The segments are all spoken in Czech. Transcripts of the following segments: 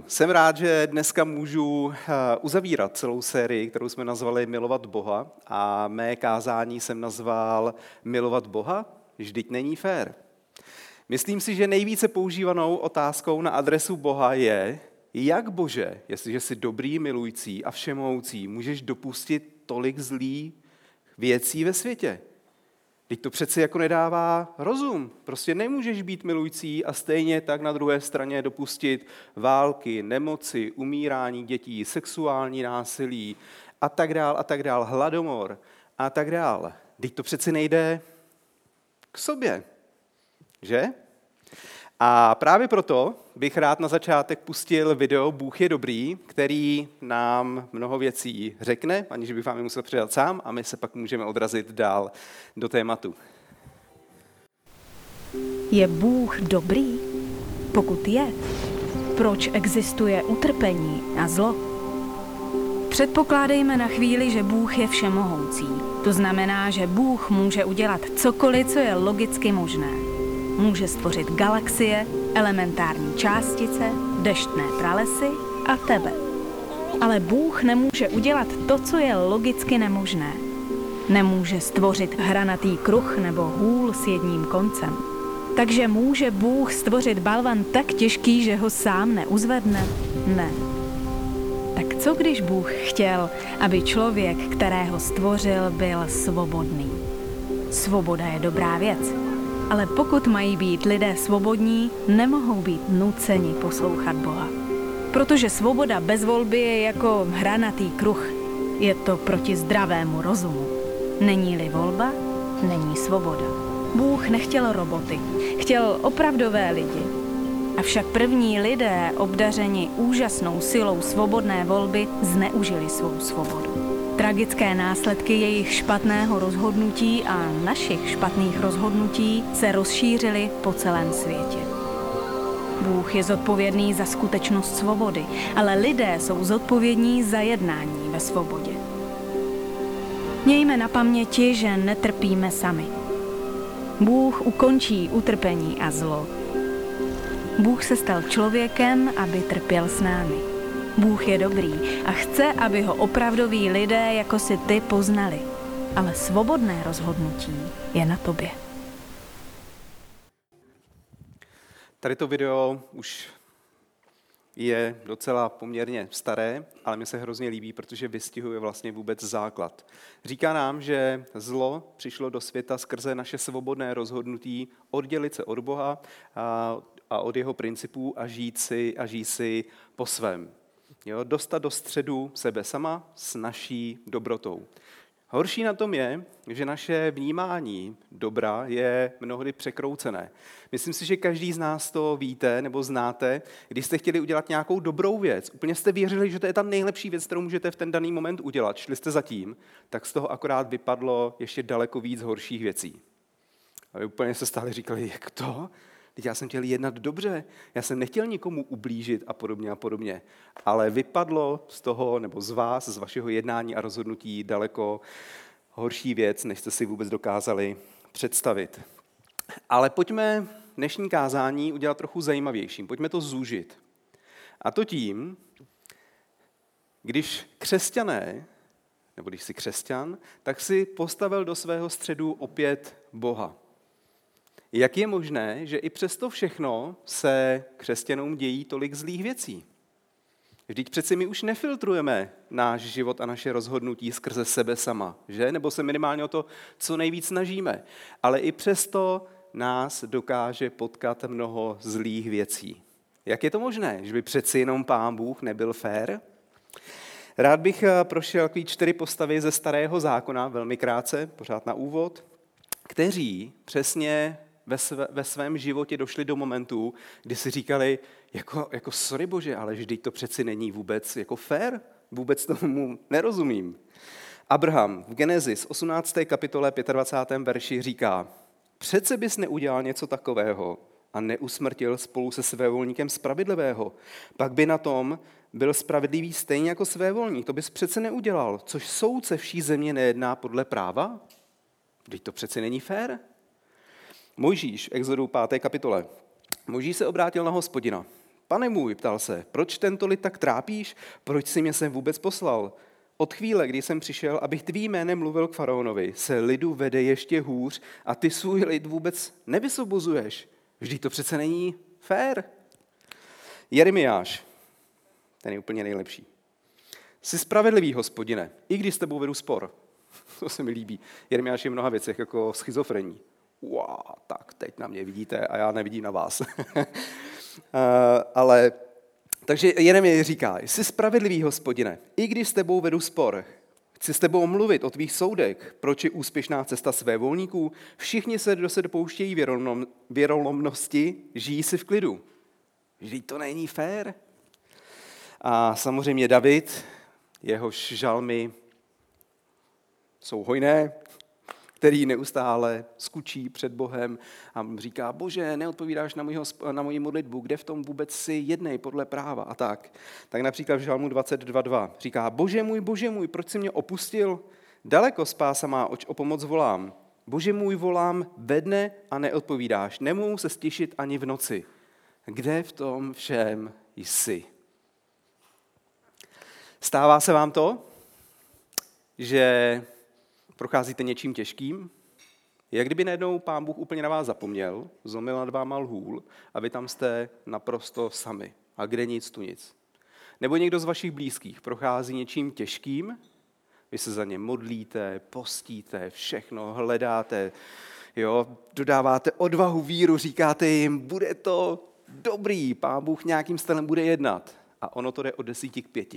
Jsem rád, že dneska můžu uzavírat celou sérii, kterou jsme nazvali Milovat Boha, a mé kázání jsem nazval Milovat Boha, vždyť není fér. Myslím si, že nejvíce používanou otázkou na adresu Boha je, jak Bože, jestliže jsi dobrý, milující a všemohoucí, můžeš dopustit tolik zlých věcí ve světě? Teď to přeci jako nedává rozum. Prostě nemůžeš být milující a stejně tak na druhé straně dopustit války, nemoci, umírání dětí, sexuální násilí a tak dál, hladomor a tak dál. Teď to přeci nejde k sobě, že? A právě proto bych rád na začátek pustil video Bůh je dobrý, který nám mnoho věcí řekne, aniž bych vám je musel předat sám, a my se pak můžeme odrazit dál do tématu. Je Bůh dobrý? Pokud je, proč existuje utrpení a zlo? Předpokládejme na chvíli, že Bůh je všemohoucí. To znamená, že Bůh může udělat cokoliv, co je logicky možné. Může stvořit galaxie, elementární částice, deštné pralesy a tebe. Ale Bůh nemůže udělat to, co je logicky nemožné. Nemůže stvořit hranatý kruh nebo hůl s jedním koncem. Takže může Bůh stvořit balvan tak těžký, že ho sám neuzvedne? Ne. Tak co když Bůh chtěl, aby člověk, kterého stvořil, byl svobodný? Svoboda je dobrá věc. Ale pokud mají být lidé svobodní, nemohou být nuceni poslouchat Boha. Protože svoboda bez volby je jako hranatý kruh. Je to proti zdravému rozumu. Není-li volba, není svoboda. Bůh nechtěl roboty, chtěl opravdové lidi. Avšak první lidé, obdařeni úžasnou silou svobodné volby, zneužili svou svobodu. Tragické následky jejich špatného rozhodnutí a našich špatných rozhodnutí se rozšířily po celém světě. Bůh je zodpovědný za skutečnost svobody, ale lidé jsou zodpovědní za jednání ve svobodě. Mějme na paměti, že netrpíme sami. Bůh ukončí utrpení a zlo. Bůh se stal člověkem, aby trpěl s námi. Bůh je dobrý a chce, aby ho opravdoví lidé jako si ty poznali. Ale svobodné rozhodnutí je na tobě. Tady to video už je docela poměrně staré, ale mi se hrozně líbí, protože vystihuje vlastně vůbec základ. Říká nám, že zlo přišlo do světa skrze naše svobodné rozhodnutí oddělit se od Boha a od jeho principů a žít si po svém. Jo, dostat do středu sebe sama s naší dobrotou. Horší na tom je, že naše vnímání dobra je mnohdy překroucené. Myslím si, že každý z nás to víte nebo znáte, když jste chtěli udělat nějakou dobrou věc, úplně jste věřili, že to je ta nejlepší věc, kterou můžete v ten daný moment udělat, šli jste za tím, tak z toho akorát vypadlo ještě daleko víc horších věcí. A vy úplně se stále říkali, jak to? Teď já jsem chtěl jednat dobře, já jsem nechtěl nikomu ublížit a podobně. Ale vypadlo z toho, nebo z vás, z vašeho jednání a rozhodnutí daleko horší věc, než jste si vůbec dokázali představit. Ale pojďme dnešní kázání udělat trochu zajímavějším, pojďme to zúžit. A to tím, když křesťané, nebo když jsi křesťan, tak si postavil do svého středu opět Boha. Jak je možné, že i přesto všechno se křesťanům dějí tolik zlých věcí? Vždyť přeci my už nefiltrujeme náš život a naše rozhodnutí skrze sebe sama, že? Nebo se minimálně o to co nejvíc snažíme. Ale i přesto nás dokáže potkat mnoho zlých věcí. Jak je to možné, že by přeci jenom Pán Bůh nebyl fér? Rád bych prošel 4 postavy ze Starého zákona, velmi krátce, pořád na úvod, kteří přesně ve svém životě došli do momentu, kdy si říkali, jako sorry Bože, ale vždyť to přeci není vůbec jako fér, vůbec tomu nerozumím. Abraham v Genesis 18. kapitole 25. verši říká, přece bys neudělal něco takového a neusmrtil spolu se svévolníkem spravedlivého, pak by na tom byl spravedlivý stejně jako svévolník, to bys přece neudělal, což soudce vší země nejedná podle práva? Vždyť to přeci není fér. Mojžíš v Exodu 5. kapitole. Mojžíš se obrátil na Hospodina. Pane můj, ptal se, proč tento lid tak trápíš? Proč jsi mě sem vůbec poslal? Od chvíle, kdy jsem přišel, abych tvým jménem mluvil k faraonovi, se lidu vede ještě hůř a ty svůj lid vůbec nevysvobozuješ. Vždyť to přece není fér. Jeremiáš, ten je úplně nejlepší. Jsi spravedlivý, Hospodine, i když s tebou vedu spor. To se mi líbí. Jeremiáš je v mnoha věcech jako schizofrení. Tak teď na mě vidíte a já nevidím na vás. Takže Jeremíš říká, jsi spravedlivý, Hospodine, i když s tebou vedu spor. Chci s tebou mluvit o tvých soudech, proč je úspěšná cesta svévolníků. Všichni se, kdo se dopouštějí věrolomnosti, žijí si v klidu. Vždyť to není fér. A samozřejmě David, jehož žalmy jsou hojné, který neustále skučí před Bohem a říká, Bože, neodpovídáš na moji modlitbu, kde v tom vůbec si jednej podle práva a tak. Tak například v žalmu 22.2 říká, Bože můj, proč jsi mě opustil? Daleko spása má, oč o pomoc volám. Bože můj, volám ve dne a neodpovídáš, nemohu se stěšit ani v noci. Kde v tom všem jsi? Stává se vám to, že procházíte něčím těžkým? Jak kdyby najednou Pán Bůh úplně na vás zapomněl, zlomil nad váma lhůl a vy tam jste naprosto sami. A kde nic, tu nic. Nebo někdo z vašich blízkých prochází něčím těžkým, vy se za ně modlíte, postíte, všechno hledáte, dodáváte odvahu, víru, říkáte jim, bude to dobrý, Pán Bůh nějakým stylem bude jednat. A ono to jde od 10 k 5.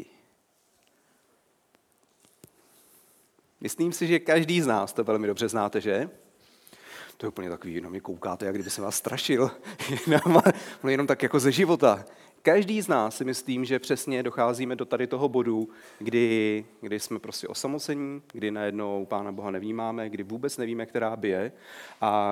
Myslím si, že každý z nás to velmi dobře znáte, že? To je úplně takový, na mě koukáte, jak kdyby se vás strašil. Jenom tak jako ze života. Každý z nás si myslím, že přesně docházíme do tady toho bodu, kdy jsme prostě osamocení, kdy najednou Pána Boha nevnímáme, kdy vůbec nevíme, která bije a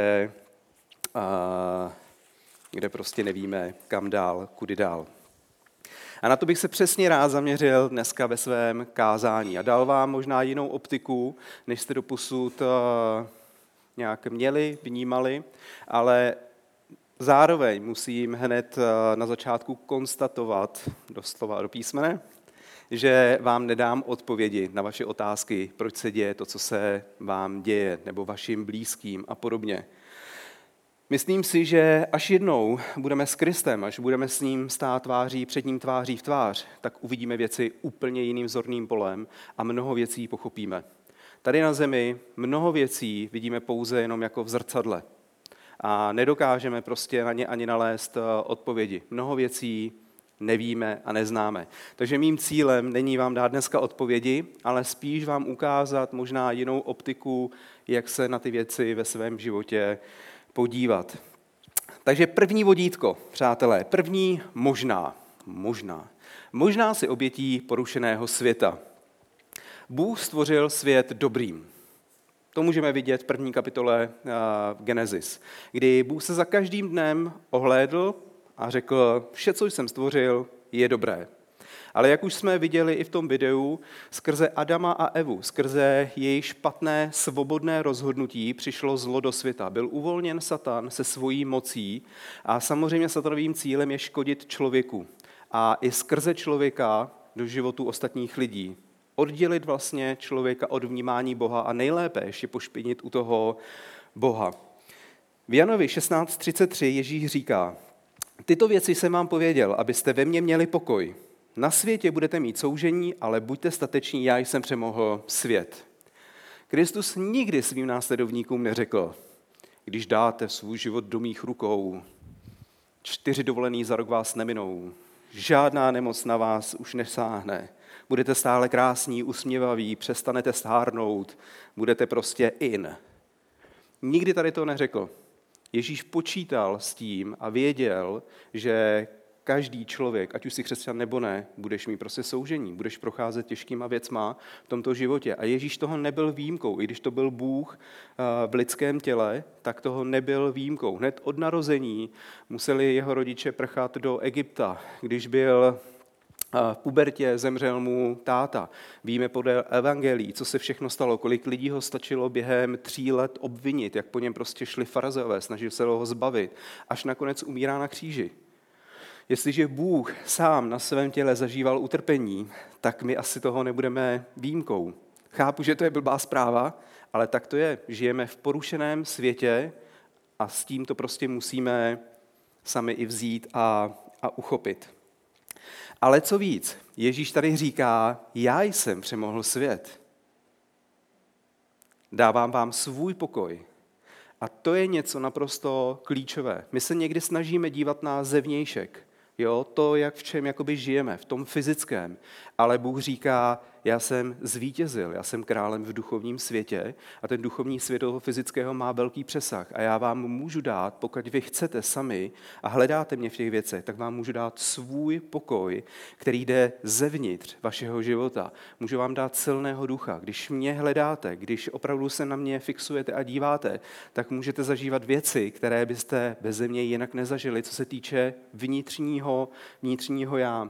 kde prostě nevíme, kam dál, kudy dál. A na to bych se přesně rád zaměřil dneska ve svém kázání a dal vám možná jinou optiku, než jste doposud nějak měli, vnímali, ale zároveň musím hned na začátku konstatovat, doslova do písmene, že vám nedám odpovědi na vaše otázky, proč se děje to, co se vám děje, nebo vašim blízkým a podobně. Myslím si, že až jednou budeme s Kristem, až budeme s ním stát před ním tváří v tvář, tak uvidíme věci úplně jiným zorným polem a mnoho věcí pochopíme. Tady na zemi mnoho věcí vidíme pouze jenom jako v zrcadle a nedokážeme prostě na ně ani nalézt odpovědi. Mnoho věcí nevíme a neznáme. Takže mým cílem není vám dát dneska odpovědi, ale spíš vám ukázat možná jinou optiku, jak se na ty věci ve svém životě podívat. Takže první vodítko, přátelé, první možná si obětí porušeného světa. Bůh stvořil svět dobrým. To můžeme vidět v první kapitole Genesis, kdy Bůh se za každým dnem ohlédl a řekl, vše, co jsem stvořil, je dobré. Ale jak už jsme viděli i v tom videu, skrze Adama a Evu, skrze jejich špatné svobodné rozhodnutí přišlo zlo do světa. Byl uvolněn Satan se svojí mocí a samozřejmě satanovým cílem je škodit člověku. A i skrze člověka do životu ostatních lidí. Oddělit vlastně člověka od vnímání Boha a nejlépe ještě pošpinit u toho Boha. V Janovi 16.33 Ježíš říká, tyto věci jsem vám pověděl, abyste ve mně měli pokoj. Na světě budete mít soužení, ale buďte stateční, já jsem přemohl svět. Kristus nikdy svým následovníkům neřekl, když dáte svůj život do mých rukou, 4 dovolený za rok vás neminou, žádná nemoc na vás už nesáhne, budete stále krásní, usměvaví, přestanete stárnout, budete prostě in. Nikdy tady to neřekl. Ježíš počítal s tím a věděl, že každý člověk, ať už jsi křesťan nebo ne, budeš mít prostě soužení, budeš procházet těžkýma věcma v tomto životě. A Ježíš toho nebyl výjimkou, i když to byl Bůh v lidském těle, tak toho nebyl výjimkou. Hned od narození museli jeho rodiče prchat do Egypta, když byl v pubertě, zemřel mu táta. Víme podle evangelií, co se všechno stalo, kolik lidí ho stačilo během 3 let obvinit, jak po něm prostě šli farizeové, snažili se ho zbavit, až nakonec umírá na kříži. Jestliže Bůh sám na svém těle zažíval utrpení, tak my asi toho nebudeme výjimkou. Chápu, že to je blbá zpráva, ale tak to je. Žijeme v porušeném světě a s tím to prostě musíme sami i vzít a uchopit. Ale co víc, Ježíš tady říká, já jsem přemohl svět. Dávám vám svůj pokoj. A to je něco naprosto klíčové. My se někdy snažíme dívat na zevnějšek, jo, to, jak v čem jakoby žijeme, v tom fyzickém. Ale Bůh říká, já jsem zvítězil, já jsem králem v duchovním světě a ten duchovní svět toho fyzického má velký přesah. A já vám můžu dát, pokud vy chcete sami a hledáte mě v těch věcech, tak vám můžu dát svůj pokoj, který jde zevnitř vašeho života. Můžu vám dát silného ducha. Když mě hledáte, když opravdu se na mě fixujete a díváte, tak můžete zažívat věci, které byste beze mě jinak nezažili, co se týče vnitřního já,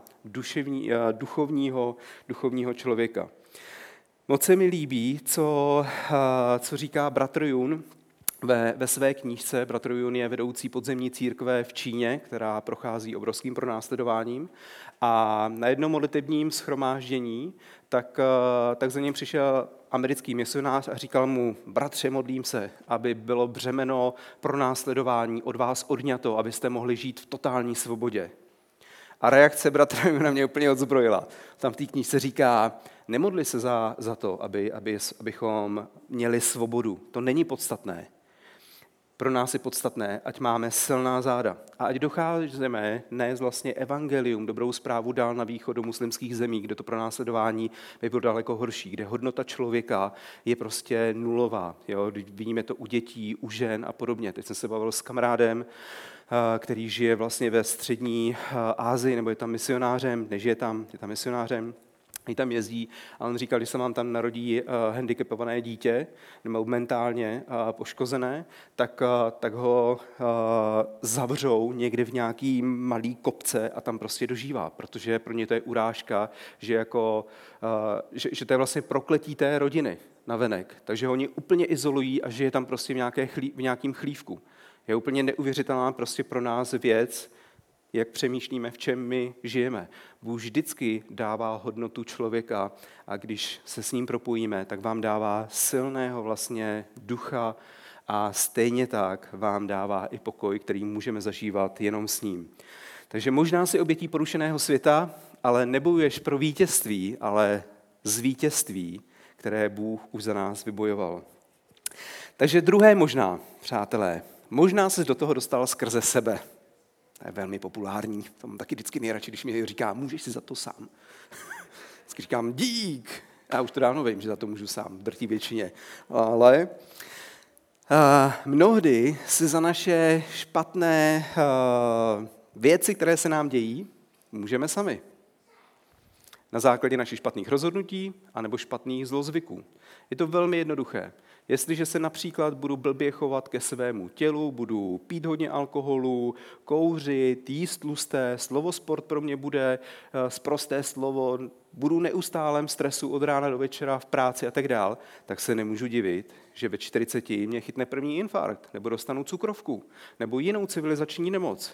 duchovního člověka. Moc se mi líbí, co říká bratr Jun ve své knížce. Bratr Jun je vedoucí podzemní církve v Číně, která prochází obrovským pronásledováním. A na jednom modlitebním shromáždění tak za ním přišel americký misionář a říkal mu, bratře, modlím se, aby bylo břemeno pronásledování od vás odňato, abyste mohli žít v totální svobodě. A reakce bratra na mě úplně odzbrojila. Tam v té knížce říká, nemodli se za to, abychom měli svobodu. To není podstatné. Pro nás je podstatné, ať máme silná záda. A ať docházíme nést vlastně evangelium, dobrou zprávu dál na východ do muslimských zemí, kde to pronásledování by bylo daleko horší, kde hodnota člověka je prostě nulová. Jo? Vidíme to u dětí, u žen a podobně. Teď jsem se bavil s kamarádem, který žije vlastně ve střední Asii, nebo je tam misionářem, nežije tam, je tam misionářem, i tam jezdí a on říkal, že se vám tam narodí handicapované dítě, nebo mentálně poškozené, tak ho zavřou někde v nějaký malý kopce a tam prostě dožívá, protože pro ně to je urážka, že to je vlastně prokletí té rodiny navenek. Takže ho oni úplně izolují a žije tam prostě v nějakým chlívku. Je úplně neuvěřitelná prostě pro nás věc, jak přemýšlíme, v čem my žijeme. Bůh vždycky dává hodnotu člověka a když se s ním propojíme, tak vám dává silného vlastně ducha a stejně tak vám dává i pokoj, který můžeme zažívat jenom s ním. Takže možná si obětí porušeného světa, ale nebojuješ pro vítězství, ale z vítězství, které Bůh už za nás vybojoval. Takže druhé možná, přátelé, možná se do toho dostal skrze sebe. To je velmi populární, to mám taky vždycky nejradši, když mi říká, můžeš si za to sám. Vždycky říkám, dík. Já už to dávno vím, že za to můžu sám, v drtí většině. Ale mnohdy si za naše špatné věci, které se nám dějí, můžeme sami. Na základě našich špatných rozhodnutí anebo špatných zlozvyků. Je to velmi jednoduché. Jestliže se například budu blbě chovat ke svému tělu, budu pít hodně alkoholu, kouřit, jíst tlusté, slovo sport pro mě bude sprosté slovo, budu neustálém stresu od rána do večera v práci a tak dál, tak se nemůžu divit, že ve 40 mě chytne první infarkt, nebo dostanu cukrovku, nebo jinou civilizační nemoc.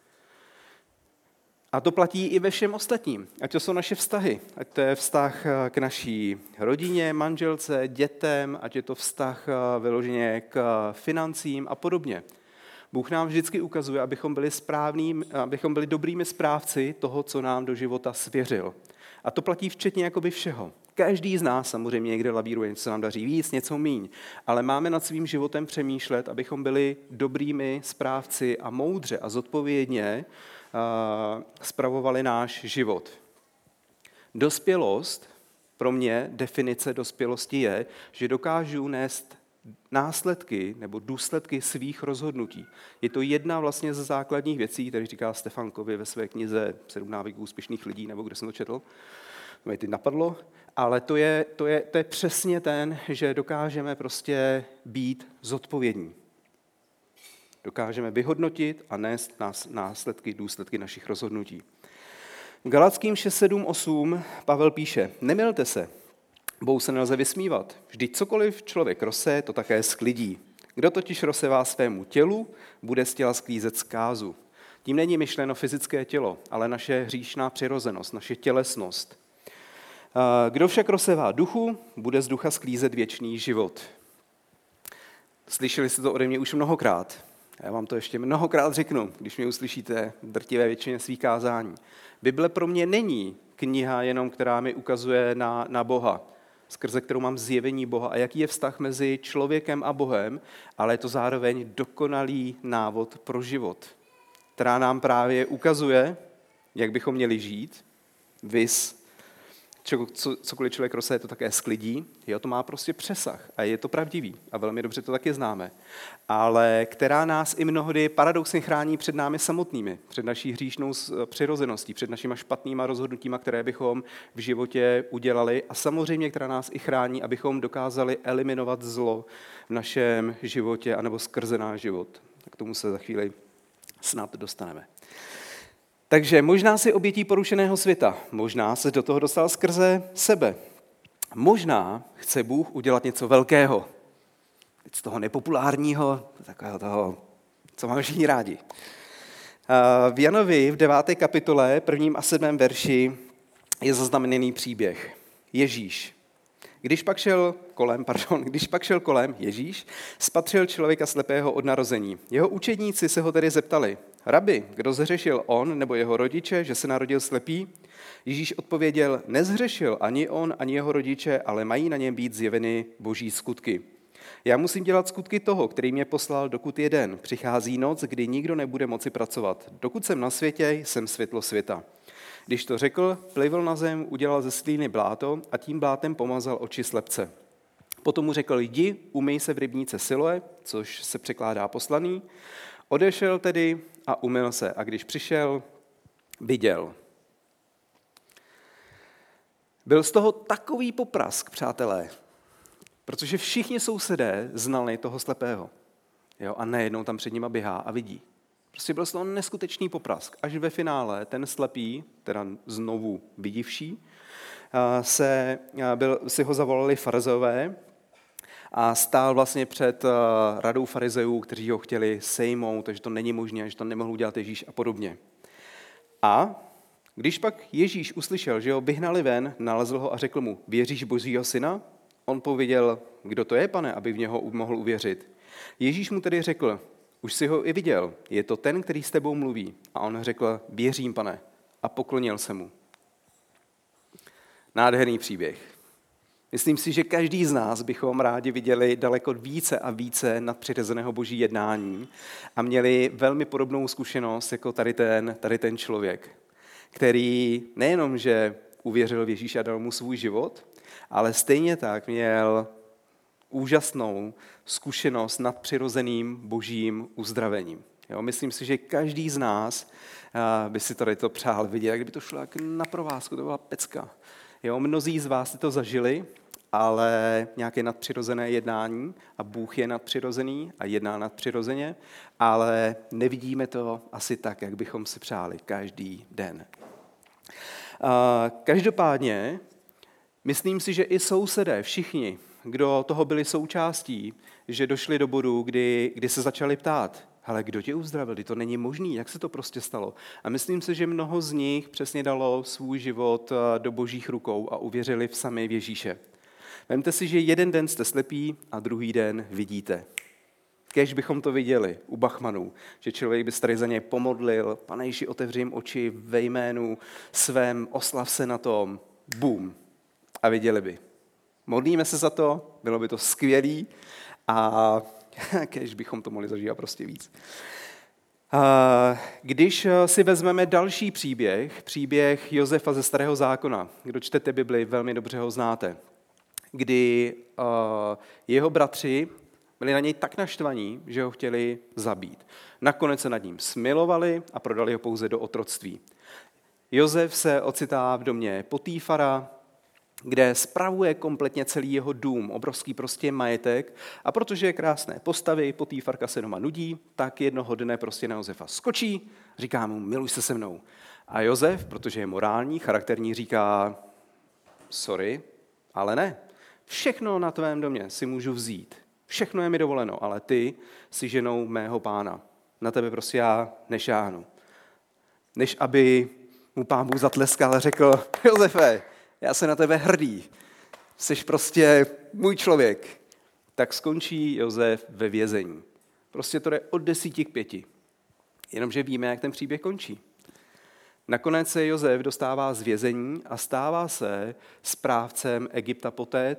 A to platí i ve všem ostatním. Ať to jsou naše vztahy, ať to je vztah k naší rodině, manželce, dětem, ať je to vztah vyloženě k financím a podobně. Bůh nám vždycky ukazuje, abychom byli dobrými správci toho, co nám do života svěřil. A to platí včetně jakoby všeho. Každý z nás samozřejmě někde lavíruje, něco nám daří víc, něco míň, ale máme nad svým životem přemýšlet, abychom byli dobrými správci a moudře a zodpovědně spravovali náš život. Dospělost, pro mě definice dospělosti je, že dokážu nést následky nebo důsledky svých rozhodnutí. Je to jedna vlastně ze základních věcí, který říká Stefan Covey ve své knize 7 návyků úspěšných lidí, nebo kde jsem to četl, to mě teď napadlo, ale to je přesně že dokážeme prostě být zodpovědní. Dokážeme vyhodnotit a nést důsledky našich rozhodnutí. V Galatským 6:7-8 Pavel píše, nemilte se, Bohu se nelze vysmívat. Vždyť cokoliv člověk roseje, to také sklidí. Kdo totiž rozsevá svému tělu, bude z těla sklízet zkázu. Tím není myšleno fyzické tělo, ale naše hříšná přirozenost, naše tělesnost. Kdo však rozsévá duchu, bude z ducha sklízet věčný život. Slyšeli jste to ode mě už mnohokrát. Já vám to ještě mnohokrát řeknu, když mě uslyšíte v drtivé většině svých kázání. Bible pro mě není kniha jenom, která mi ukazuje na Boha, skrze kterou mám zjevení Boha a jaký je vztah mezi člověkem a Bohem, ale je to zároveň dokonalý návod pro život, která nám právě ukazuje, jak bychom měli žít, viz, cokoliv člověk rozseje, to také sklidí. Jo, to má prostě přesah a je to pravdivý a velmi dobře to taky známe. Ale která nás i mnohdy paradoxně chrání před námi samotnými, před naší hříšnou přirozeností, před našima špatnýma rozhodnutíma, které bychom v životě udělali a samozřejmě, která nás i chrání, abychom dokázali eliminovat zlo v našem životě anebo skrze náš život. Tak k tomu se za chvíli snad dostaneme. Takže možná si obětí porušeného světa, možná se do toho dostal skrze sebe. Možná chce Bůh udělat něco velkého, z toho nepopulárního, takového toho, co máme všichni rádi. V Janovi v 9. kapitole, 1. a 7. verši je zaznamenaný příběh. Ježíš. Když pak šel kolem, Ježíš spatřil člověka slepého od narození. Jeho učedníci se ho tedy zeptali, Rabi, kdo zhřešil on nebo jeho rodiče, že se narodil slepý? Ježíš odpověděl, nezhřešil ani on, ani jeho rodiče, ale mají na něm být zjeveny boží skutky. Já musím dělat skutky toho, který mě poslal, dokud je den. Přichází noc, kdy nikdo nebude moci pracovat. Dokud jsem na světě, jsem světlo světa. Když to řekl, plivl na zem, udělal ze slíny bláto a tím blátem pomazal oči slepce. Potom mu řekl, jdi, umyj se v rybníce Siloe, což se překládá poslaný. Odešel tedy a umyl se a když přišel, viděl. Byl z toho takový poprask, přátelé, protože všichni sousedé znali toho slepého. Jo, a najednou tam před nima běhá a vidí. Prostě byl z toho neskutečný poprask. Až ve finále ten slepý, teda znovu vidivší, si ho zavolali farizeové a stál vlastně před radou farizeů, kteří ho chtěli sejmout, takže to není možné, že to nemohl udělat Ježíš a podobně. A když pak Ježíš uslyšel, že ho vyhnali ven, nalezl ho a řekl mu, věříš Božího syna? On pověděl, kdo to je, pane, aby v něho mohl uvěřit. Ježíš mu tedy řekl, už si ho i viděl, je to ten, který s tebou mluví. A on řekl, věřím, pane, a poklonil se mu. Nádherný příběh. Myslím si, že každý z nás bychom rádi viděli daleko více a více nadpřirozeného boží jednání a měli velmi podobnou zkušenost jako tady ten člověk, který nejenom, že uvěřil v Ježíše a dal mu svůj život, ale stejně tak měl úžasnou zkušenost nad přirozeným božím uzdravením. Jo, myslím si, že každý z nás by si tady to přál vidět, jak by to šlo jak na provázku, to byla pecka. Jo, mnozí z vás si to zažili, ale nějaké nadpřirozené jednání a Bůh je nadpřirozený a jedná nadpřirozeně, ale nevidíme to asi tak, jak bychom si přáli každý den. Každopádně myslím si, že i sousedé, všichni, kdo toho byli součástí, že došli do bodu, kdy se začali ptát, ale kdo tě uzdravil, to není možný, jak se to prostě stalo. A myslím si, že mnoho z nich přesně dalo svůj život do božích rukou a uvěřili sami v Ježíše. Vemte si, že jeden den jste slepí a druhý den vidíte. Kéž bychom to viděli u Bachmanů, že člověk by se tady za ně pomodlil, Pane Ježíši, otevři jim oči ve jménu svém, oslav se na tom, bum, a viděli by. Modlíme se za to, bylo by to skvělý a kéž bychom to mohli zažívat prostě víc. Když si vezmeme další příběh Josefa ze Starého zákona, kdo čtete Bibli, velmi dobře ho znáte, kdy jeho bratři byli na něj tak naštvaní, že ho chtěli zabít. Nakonec se nad ním smilovali a prodali ho pouze do otroctví. Josef se ocitá v domě Potífara, kde spravuje kompletně celý jeho dům, obrovský prostě majetek a protože je krásné postavy, Potífarka se doma nudí, tak jednoho dne prostě na Josefa skočí, říká mu, miluj se se mnou. A Josef, protože je morální, charakterní, říká, sorry, ale ne, všechno na tvém domě si můžu vzít, všechno je mi dovoleno, ale ty jsi ženou mého pána, na tebe prostě já nešáhnu. než aby mu Pán Bůh zatleskal a řekl: Josefe, já jsem na tebe hrdý, jsi prostě můj člověk, tak skončí Josef ve vězení. Prostě to jde od 10 k 5. Jenomže víme, jak ten příběh končí. Nakonec se Josef dostává z vězení a stává se správcem Egypta poté,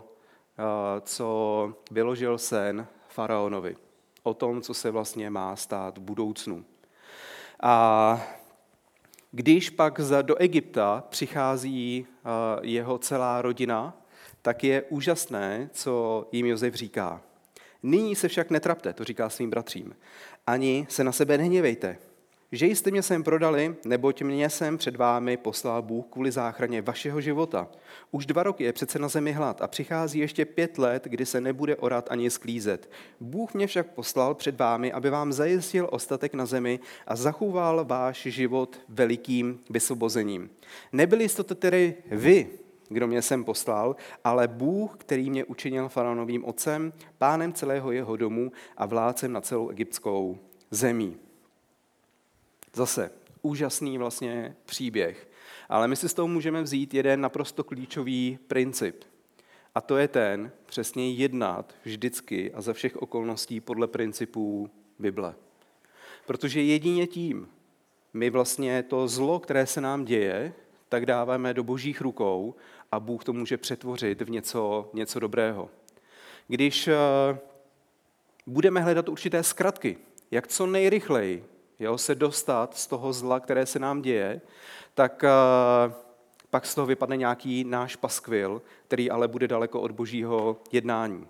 co vyložil sen faraonovi o tom, co se vlastně má stát v budoucnu. A když pak do Egypta přichází jeho celá rodina, tak je úžasné, co jim Josef říká. Nyní se však netrapte, to říká svým bratřím, ani se na sebe nehněvejte, že jste mě sem prodali, neboť mě sem před vámi poslal Bůh kvůli záchraně vašeho života. Už 2 roky je přece na zemi hlad a přichází ještě 5 let, kdy se nebude orat ani sklízet. Bůh mě však poslal před vámi, aby vám zajistil ostatek na zemi a zachoval váš život velikým vysvobozením. Nebyli jste to tedy vy, kdo mě sem poslal, ale Bůh, který mě učinil faraonovým otcem, pánem celého jeho domu a vládcem na celou egyptskou zemí. Zase úžasný vlastně příběh, ale my si z toho můžeme vzít jeden naprosto klíčový princip. A to je ten přesně jednat vždycky a za všech okolností podle principů Bible. Protože jedině tím my vlastně to zlo, které se nám děje, tak dáváme do božích rukou a Bůh to může přetvořit v něco dobrého. Když budeme hledat určité zkratky, jak co nejrychleji se dostat z toho zla, které se nám děje, tak pak z toho vypadne nějaký náš paskvil, který ale bude daleko od božího jednání.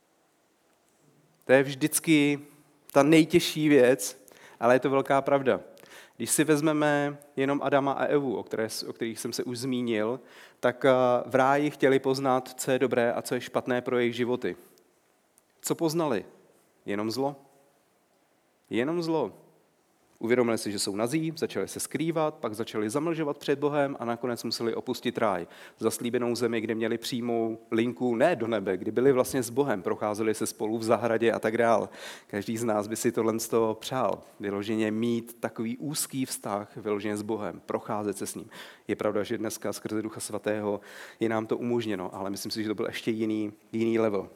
To je vždycky ta nejtěžší věc, ale je to velká pravda. Když si vezmeme jenom Adama a Evu, o kterých jsem se už zmínil, tak v ráji chtěli poznat, co je dobré a co je špatné pro jejich životy. Co poznali? Jenom zlo. Jenom zlo. Uvědomili si, že jsou nazí, začali se skrývat, pak začali zamlžovat před Bohem a nakonec museli opustit ráj. Zaslíbenou zemi, kde měli přímou linku ne do nebe, kdy byli vlastně s Bohem, procházeli se spolu v zahradě a tak dál. Každý z nás by si tohle z toho přál. Vyloženě mít takový úzký vztah vyloženě s Bohem, procházet se s ním. Je pravda, že dneska skrze Ducha Svatého je nám to umožněno, ale myslím si, že to byl ještě jiný level.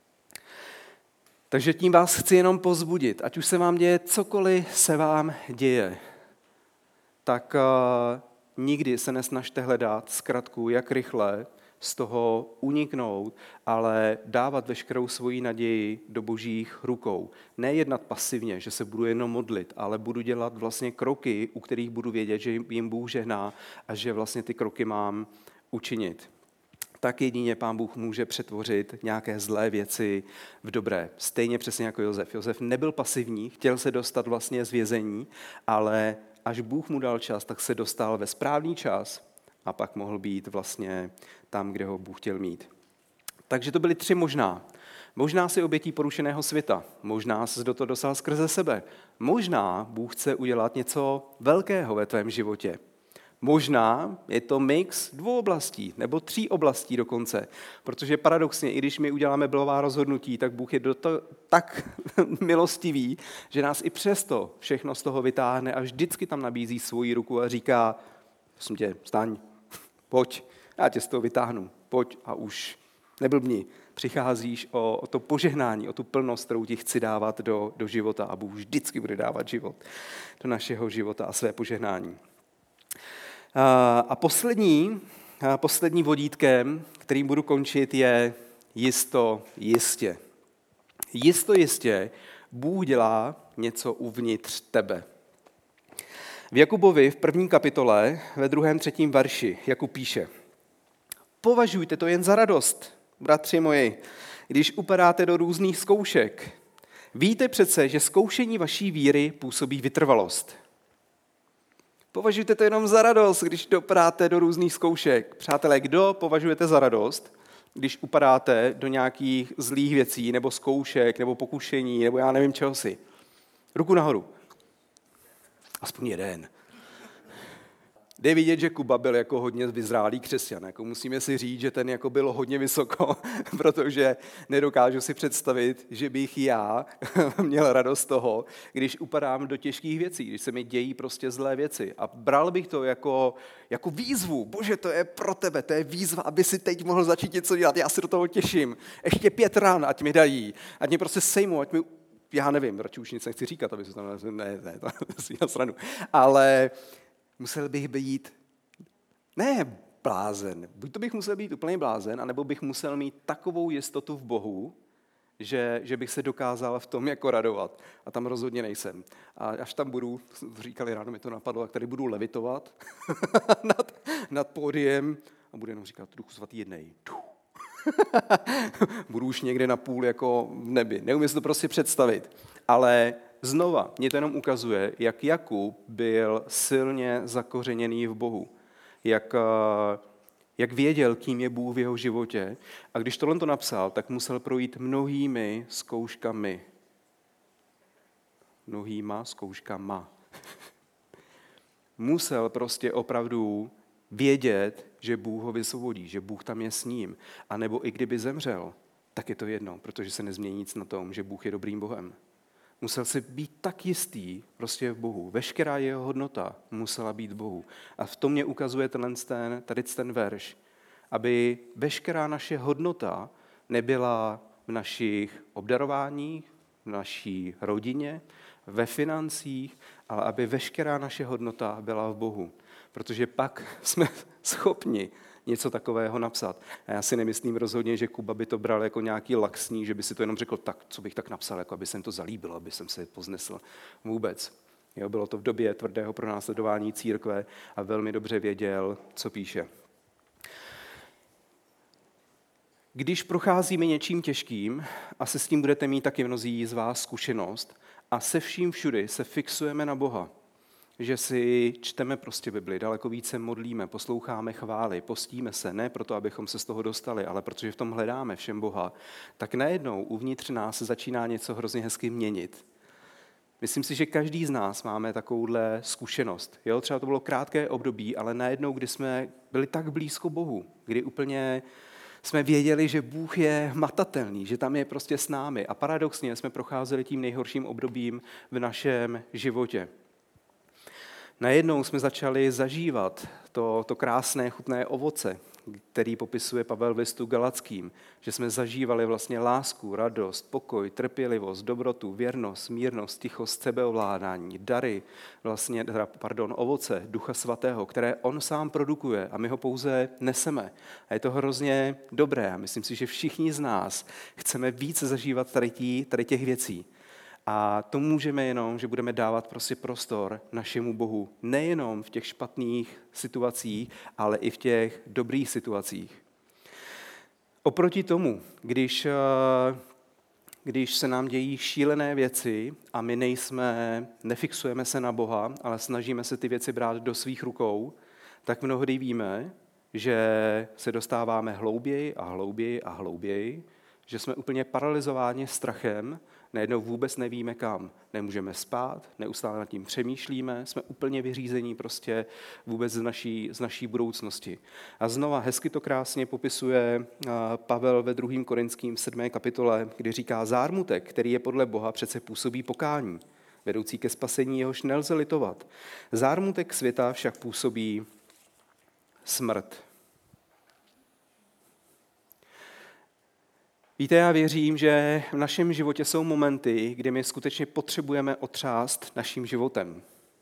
Takže tím vás chci jenom povzbudit, ať už se vám děje cokoliv se vám děje, tak nikdy se nesnažte hledat zkratku, jak rychle z toho uniknout, ale dávat veškerou svoji naději do božích rukou. Nejednat pasivně, že se budu jenom modlit, ale budu dělat vlastně kroky, u kterých budu vědět, že jim Bůh žehná a že vlastně ty kroky mám učinit. Tak jedině Pán Bůh může přetvořit nějaké zlé věci v dobré. Stejně přesně jako Josef. Josef nebyl pasivní, chtěl se dostat vlastně z vězení, ale až Bůh mu dal čas, tak se dostal ve správný čas a pak mohl být vlastně tam, kde ho Bůh chtěl mít. Takže to byly 3 možná. Možná si obětí porušeného světa, možná se do toho dostal skrze sebe, možná Bůh chce udělat něco velkého ve tvém životě. Možná je to mix 2 oblastí, nebo 3 oblastí dokonce, protože paradoxně, i když my uděláme blová rozhodnutí, tak Bůh je tak milostivý, že nás i přesto všechno z toho vytáhne a vždycky tam nabízí svoji ruku a říká: prosím tě, vstaň, pojď, já tě z toho vytáhnu, pojď a už neblbni. Přicházíš o to požehnání, o tu plnost, kterou ti chci dávat do života a Bůh vždycky bude dávat život do našeho života a své požehnání. A poslední vodítkem, kterým budu končit, je jistě. Jistě Bůh dělá něco uvnitř tebe. V Jakubovi v 1. kapitole ve 2. 3. verši Jakub píše: Považujte to jen za radost, bratři moji, když upadáte do různých zkoušek. Víte přece, že zkoušení vaší víry působí vytrvalost. Považujte to jenom za radost, když dopadáte do různých zkoušek. Přátelé, kdo považujete za radost, když upadáte do nějakých zlých věcí, nebo zkoušek, nebo pokušení, nebo já nevím čeho si? Ruku nahoru. Aspoň jeden. Jde vidět, že Kuba byl jako hodně vyzrálý křesťan. Jako musíme si říct, že ten jako bylo hodně vysoko, protože nedokážu si představit, že bych já měl radost toho, když upadám do těžkých věcí, když se mi dějí prostě zlé věci. A bral bych to jako výzvu. Bože, to je pro tebe, to je výzva, aby si teď mohl začít něco dělat. Já se do toho těším. Ještě 5 ran, ať mi dají. Ať mě prostě sejmou, ať mi... Já nevím, radši už nic nechci říkat, aby se tam... Ne, to si na sranu. Ale... musel bych být, ne blázen, buď to bych musel být úplný blázen, anebo bych musel mít takovou jistotu v Bohu, že bych se dokázal v tom jako radovat. A tam rozhodně nejsem. A až tam budu, říkali ráno, mi to napadlo, jak tady budu levitovat nad pódiem a budu jenom říkat, Duchu svatý, jednej. Budu už někde na půl jako v nebi. Neumím si to prostě představit. Ale znova, mě to jenom ukazuje, jak Jakub byl silně zakořeněný v Bohu. Jak věděl, kým je Bůh v jeho životě. A když tohle to napsal, tak musel projít mnohými zkouškami. Mnohýma zkouškama. Musel prostě opravdu vědět, že Bůh ho vysvobodí, že Bůh tam je s ním. A nebo i kdyby zemřel, tak je to jedno, protože se nezmění nic na tom, že Bůh je dobrým Bohem. Musel si být tak jistý prostě v Bohu. Veškerá jeho hodnota musela být v Bohu. A v tom mě ukazuje tady ten verš, aby veškerá naše hodnota nebyla v našich obdarováních, v naší rodině, ve financích, ale aby veškerá naše hodnota byla v Bohu. Protože pak jsme schopni něco takového napsat. A já si nemyslím rozhodně, že Kuba by to bral jako nějaký laxní, že by si to jenom řekl, tak, co bych tak napsal, jako aby se to zalíbilo, aby jsem se poznesl. Vůbec. Jo, bylo to v době tvrdého pronásledování církve a velmi dobře věděl, co píše. Když procházíme něčím těžkým, asi s tím budete mít taky mnozí z vás zkušenost, a se vším všudy se fixujeme na Boha, že si čteme prostě Bibli, daleko více modlíme, posloucháme chvály, postíme se, ne proto, abychom se z toho dostali, ale protože v tom hledáme všem Boha, tak najednou uvnitř nás se začíná něco hrozně hezky měnit. Myslím si, že každý z nás máme takovouhle zkušenost. Jo, třeba to bylo krátké období, ale najednou, kdy jsme byli tak blízko Bohu, kdy úplně jsme věděli, že Bůh je hmatatelný, že tam je prostě s námi. A paradoxně jsme procházeli tím nejhorším obdobím v našem životě. Najednou jsme začali zažívat to krásné, chutné ovoce, který popisuje Pavel v listu Galackým, že jsme zažívali vlastně lásku, radost, pokoj, trpělivost, dobrotu, věrnost, mírnost, tichost, sebeovládání, dary, ovoce Ducha Svatého, které on sám produkuje a my ho pouze neseme. A je to hrozně dobré a myslím si, že všichni z nás chceme více zažívat tady těch věcí. A to můžeme jenom, že budeme dávat prostě prostor našemu Bohu. Nejenom v těch špatných situacích, ale i v těch dobrých situacích. Oproti tomu, když se nám dějí šílené věci a my nefixujeme se na Boha, ale snažíme se ty věci brát do svých rukou, tak mnohdy víme, že se dostáváme hlouběji a hlouběji a hlouběji, že jsme úplně paralyzováni strachem, najednou vůbec nevíme kam. Nemůžeme spát, neustále nad tím přemýšlíme, jsme úplně vyřízení prostě vůbec z naší budoucnosti. A znova hezky to krásně popisuje Pavel ve 2. Korinským 7. kapitole, kdy říká: zármutek, který je podle Boha, přece působí pokání, vedoucí ke spasení, jehož nelze litovat. Zármutek světa však působí smrt. Víte, já věřím, že v našem životě jsou momenty, kdy my skutečně potřebujeme otřást naším životem.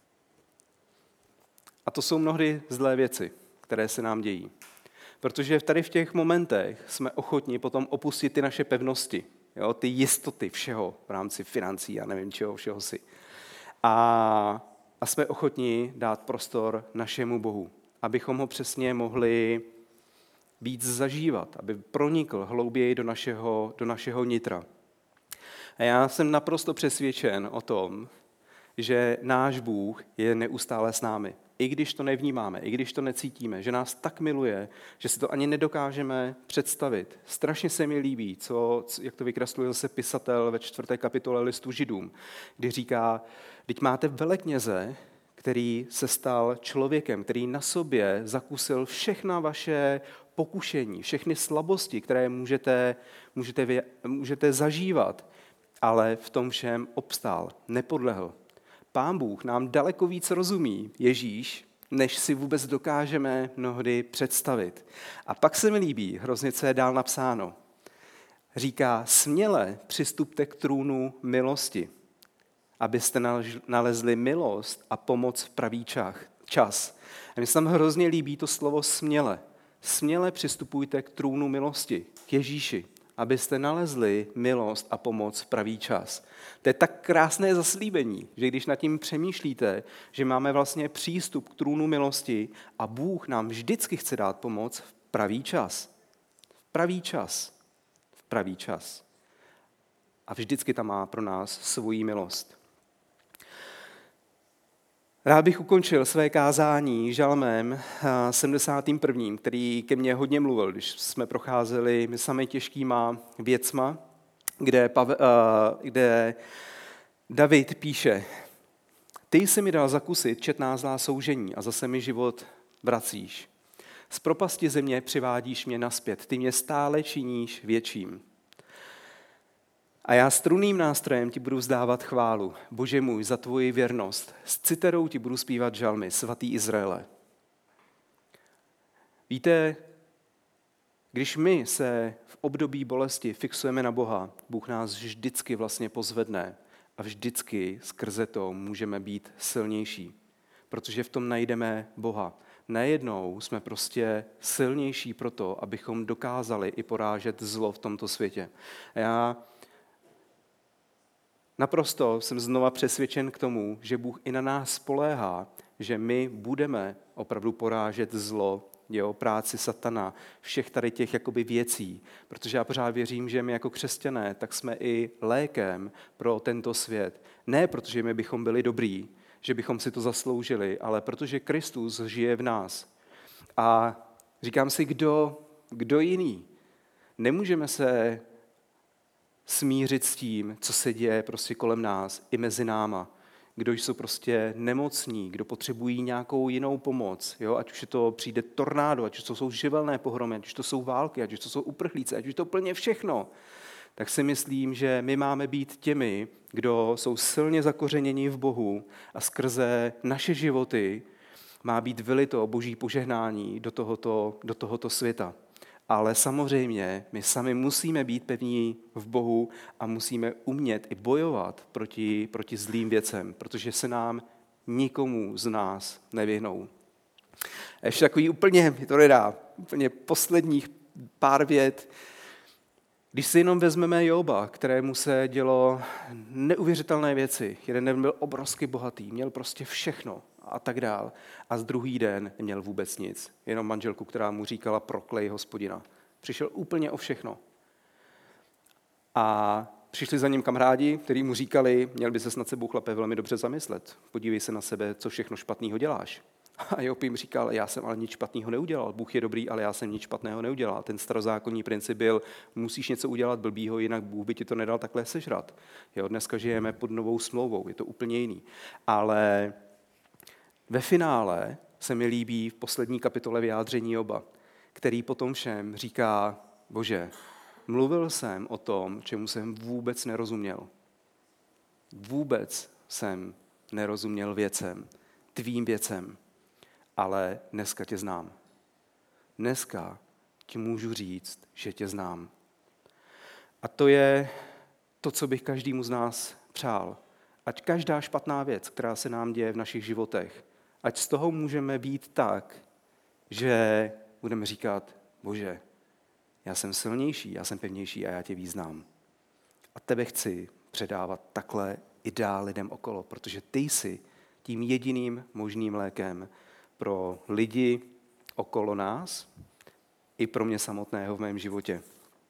A to jsou mnohdy zlé věci, které se nám dějí. Protože tady v těch momentech jsme ochotni potom opustit ty naše pevnosti, jo, ty jistoty všeho v rámci financí a nevím čeho, všeho si. A jsme ochotni dát prostor našemu Bohu, abychom ho přesně mohli víc zažívat, aby pronikl hlouběji do našeho nitra. A já jsem naprosto přesvědčen o tom, že náš Bůh je neustále s námi. I když to nevnímáme, i když to necítíme, že nás tak miluje, že si to ani nedokážeme představit. Strašně se mi líbí, jak to vykresluje zase pisatel ve 4. kapitole listu Židům, kdy říká: vždyť máte velekněze, který se stal člověkem, který na sobě zakusil všechna vaše pokušení, všechny slabosti, které můžete zažívat, ale v tom všem obstál, nepodlehl. Pán Bůh nám daleko víc rozumí, Ježíš, než si vůbec dokážeme mnohdy představit. A pak se mi líbí hrozně, co je dál napsáno. Říká, směle přistupte k trůnu milosti, abyste nalezli milost a pomoc v pravý čas. A mně se tam hrozně líbí to slovo směle. Směle přistupujte k trůnu milosti, k Ježíši, abyste nalezli milost a pomoc v pravý čas. To je tak krásné zaslíbení, že když nad tím přemýšlíte, že máme vlastně přístup k trůnu milosti a Bůh nám vždycky chce dát pomoc v pravý čas. V pravý čas. V pravý čas. A vždycky tam má pro nás svoji milost. Rád bych ukončil své kázání žalmem 71., který ke mně hodně mluvil, když jsme procházeli sami těžkýma věcma, kde David píše, ty jsi mi dal zakusit četná zlá soužení a zase mi život vracíš. Z propasti země přivádíš mě nazpět, ty mě stále činíš větším. A já strunným nástrojem ti budu vzdávat chválu, Bože můj, za tvoji věrnost. S citerou ti budu zpívat žalmy, svatý Izraele. Víte, když my se v období bolesti fixujeme na Boha, Bůh nás vždycky vlastně pozvedne a vždycky skrze to můžeme být silnější, protože v tom najdeme Boha. Najednou jsme prostě silnější proto, abychom dokázali i porážet zlo v tomto světě. A já naprosto jsem znova přesvědčen k tomu, že Bůh i na nás spoléhá, že my budeme opravdu porážet zlo, práci satana, všech tady těch jakoby věcí, protože já pořád věřím, že my jako křesťané, tak jsme i lékem pro tento svět. Ne protože my bychom byli dobrý, že bychom si to zasloužili, ale protože Kristus žije v nás. A říkám si, kdo jiný? Nemůžeme se smířit s tím, co se děje prostě kolem nás i mezi náma. Kdo jsou prostě nemocní, kdo potřebují nějakou jinou pomoc, ať už to přijde tornádo, ať už to jsou živelné pohromy, ať už to jsou války, ať už to jsou uprchlíci, ať už to plně všechno, tak si myslím, že my máme být těmi, kdo jsou silně zakořeněni v Bohu a skrze naše životy má být vylito Boží požehnání do tohoto světa. Ale samozřejmě my sami musíme být pevní v Bohu a musíme umět i bojovat proti zlým věcem, protože se nám nikomu z nás nevyhnou. A ještě takový úplně posledních pár vět. Když si jenom vezmeme Joba, kterému se dělo neuvěřitelné věci, jeden den byl obrovsky bohatý, měl prostě všechno a tak dál. A z druhý den neměl vůbec nic, jenom manželku, která mu říkala proklej Hospodina. Přišel úplně o všechno. A přišli za ním kamarádi, kteří mu říkali, měl by se nad sebou, chlape, velmi dobře zamyslet. Podívej se na sebe, co všechno špatného děláš. A Job jim říkal, já jsem ale nic špatného neudělal. Bůh je dobrý, ale já jsem nic špatného neudělal. Ten starozákonní princip byl, musíš něco udělat blbýho, jinak Bůh by ti to nedal takhle sežrat. Dneska žijeme pod novou smlouvou, je to úplně jiný. Ale ve finále se mi líbí v poslední kapitole vyjádření Joba, který potom všem říká, Bože, mluvil jsem o tom, čemu jsem vůbec nerozuměl. Vůbec jsem nerozuměl věcem, tvým věcem, ale dneska tě znám. Dneska ti můžu říct, že tě znám. A to je to, co bych každému z nás přál. Ať každá špatná věc, která se nám děje v našich životech, ať z toho můžeme být tak, že budeme říkat, Bože, já jsem silnější, já jsem pevnější a já tě význám. A tebe chci předávat takhle i dál lidem okolo, protože ty jsi tím jediným možným lékem pro lidi okolo nás i pro mě samotného v mém životě.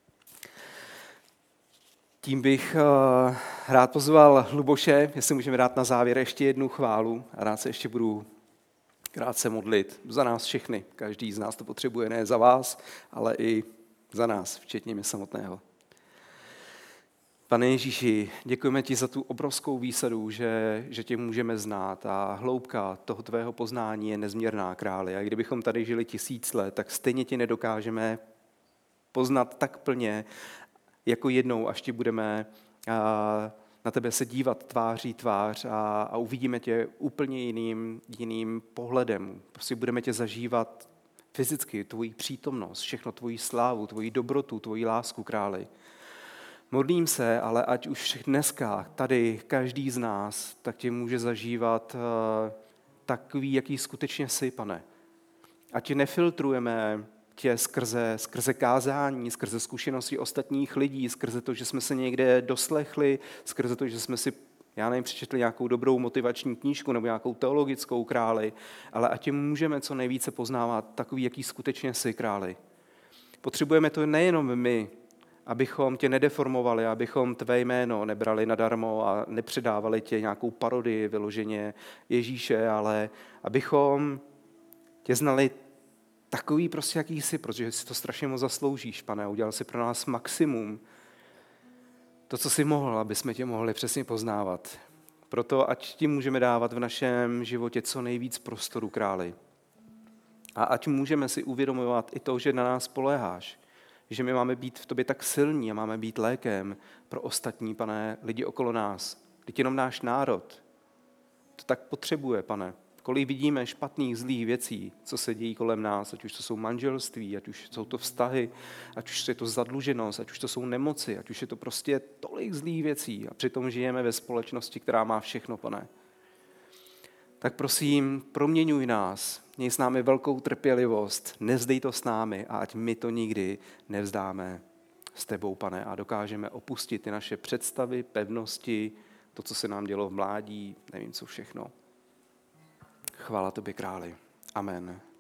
Tím bych rád pozval Luboše, jestli můžeme dát na závěr ještě jednu chválu a rád se ještě budu krátce modlit za nás všechny. Každý z nás to potřebuje, ne za vás, ale i za nás, včetně mě samotného. Pane Ježíši, děkujeme ti za tu obrovskou výsadu, že tě můžeme znát a hloubka toho tvého poznání je nezměrná, králi. A kdybychom tady žili 1000 let, tak stejně ti nedokážeme poznat tak plně, jako jednou, až ti budeme na tebe se dívat tváří tvář a uvidíme tě úplně jiným pohledem. Prostě budeme tě zažívat fyzicky, tvoji přítomnost, všechno tvoji slávu, tvoji dobrotu, tvoji lásku, králi. Modlím se, ale ať už dneska, tady, každý z nás, tak tě může zažívat takový, jaký skutečně jsi, Pane. Ať tě nefiltrujeme tě skrze kázání, skrze zkušenosti ostatních lidí, skrze to, že jsme se někde doslechli, skrze to, že jsme si, přečetli nějakou dobrou motivační knížku nebo nějakou teologickou, králi, ale ať tě můžeme co nejvíce poznávat takový, jaký skutečně jsi, králi. Potřebujeme to nejenom my, abychom tě nedeformovali, abychom tvé jméno nebrali nadarmo a nepředávali tě nějakou parodii vyloženě Ježíše, ale abychom tě znali takový prostě, jaký jsi, protože si to strašně moc zasloužíš, Pane, udělal si pro nás maximum. To, co jsi mohl, aby jsme tě mohli přesně poznávat. Proto ať ti můžeme dávat v našem životě co nejvíc prostoru, králi. A ať můžeme si uvědomovat i to, že na nás spoléháš, že my máme být v tobě tak silní a máme být lékem pro ostatní, Pane, lidi okolo nás. Vždyť jenom náš národ to tak potřebuje, Pane. Kolik vidíme špatných, zlých věcí, co se dějí kolem nás, ať už to jsou manželství, ať už jsou to vztahy, ať už je to zadluženost, ať už to jsou nemoci, ať už je to prostě tolik zlých věcí a přitom žijeme ve společnosti, která má všechno, Pane. Tak prosím, proměňuj nás, měj s námi velkou trpělivost, nezdej to s námi a ať my to nikdy nevzdáme s tebou, Pane, a dokážeme opustit ty naše představy, pevnosti, to, co se nám dělo v mládí, nevím co všechno. Chvála tobě, králi. Amen.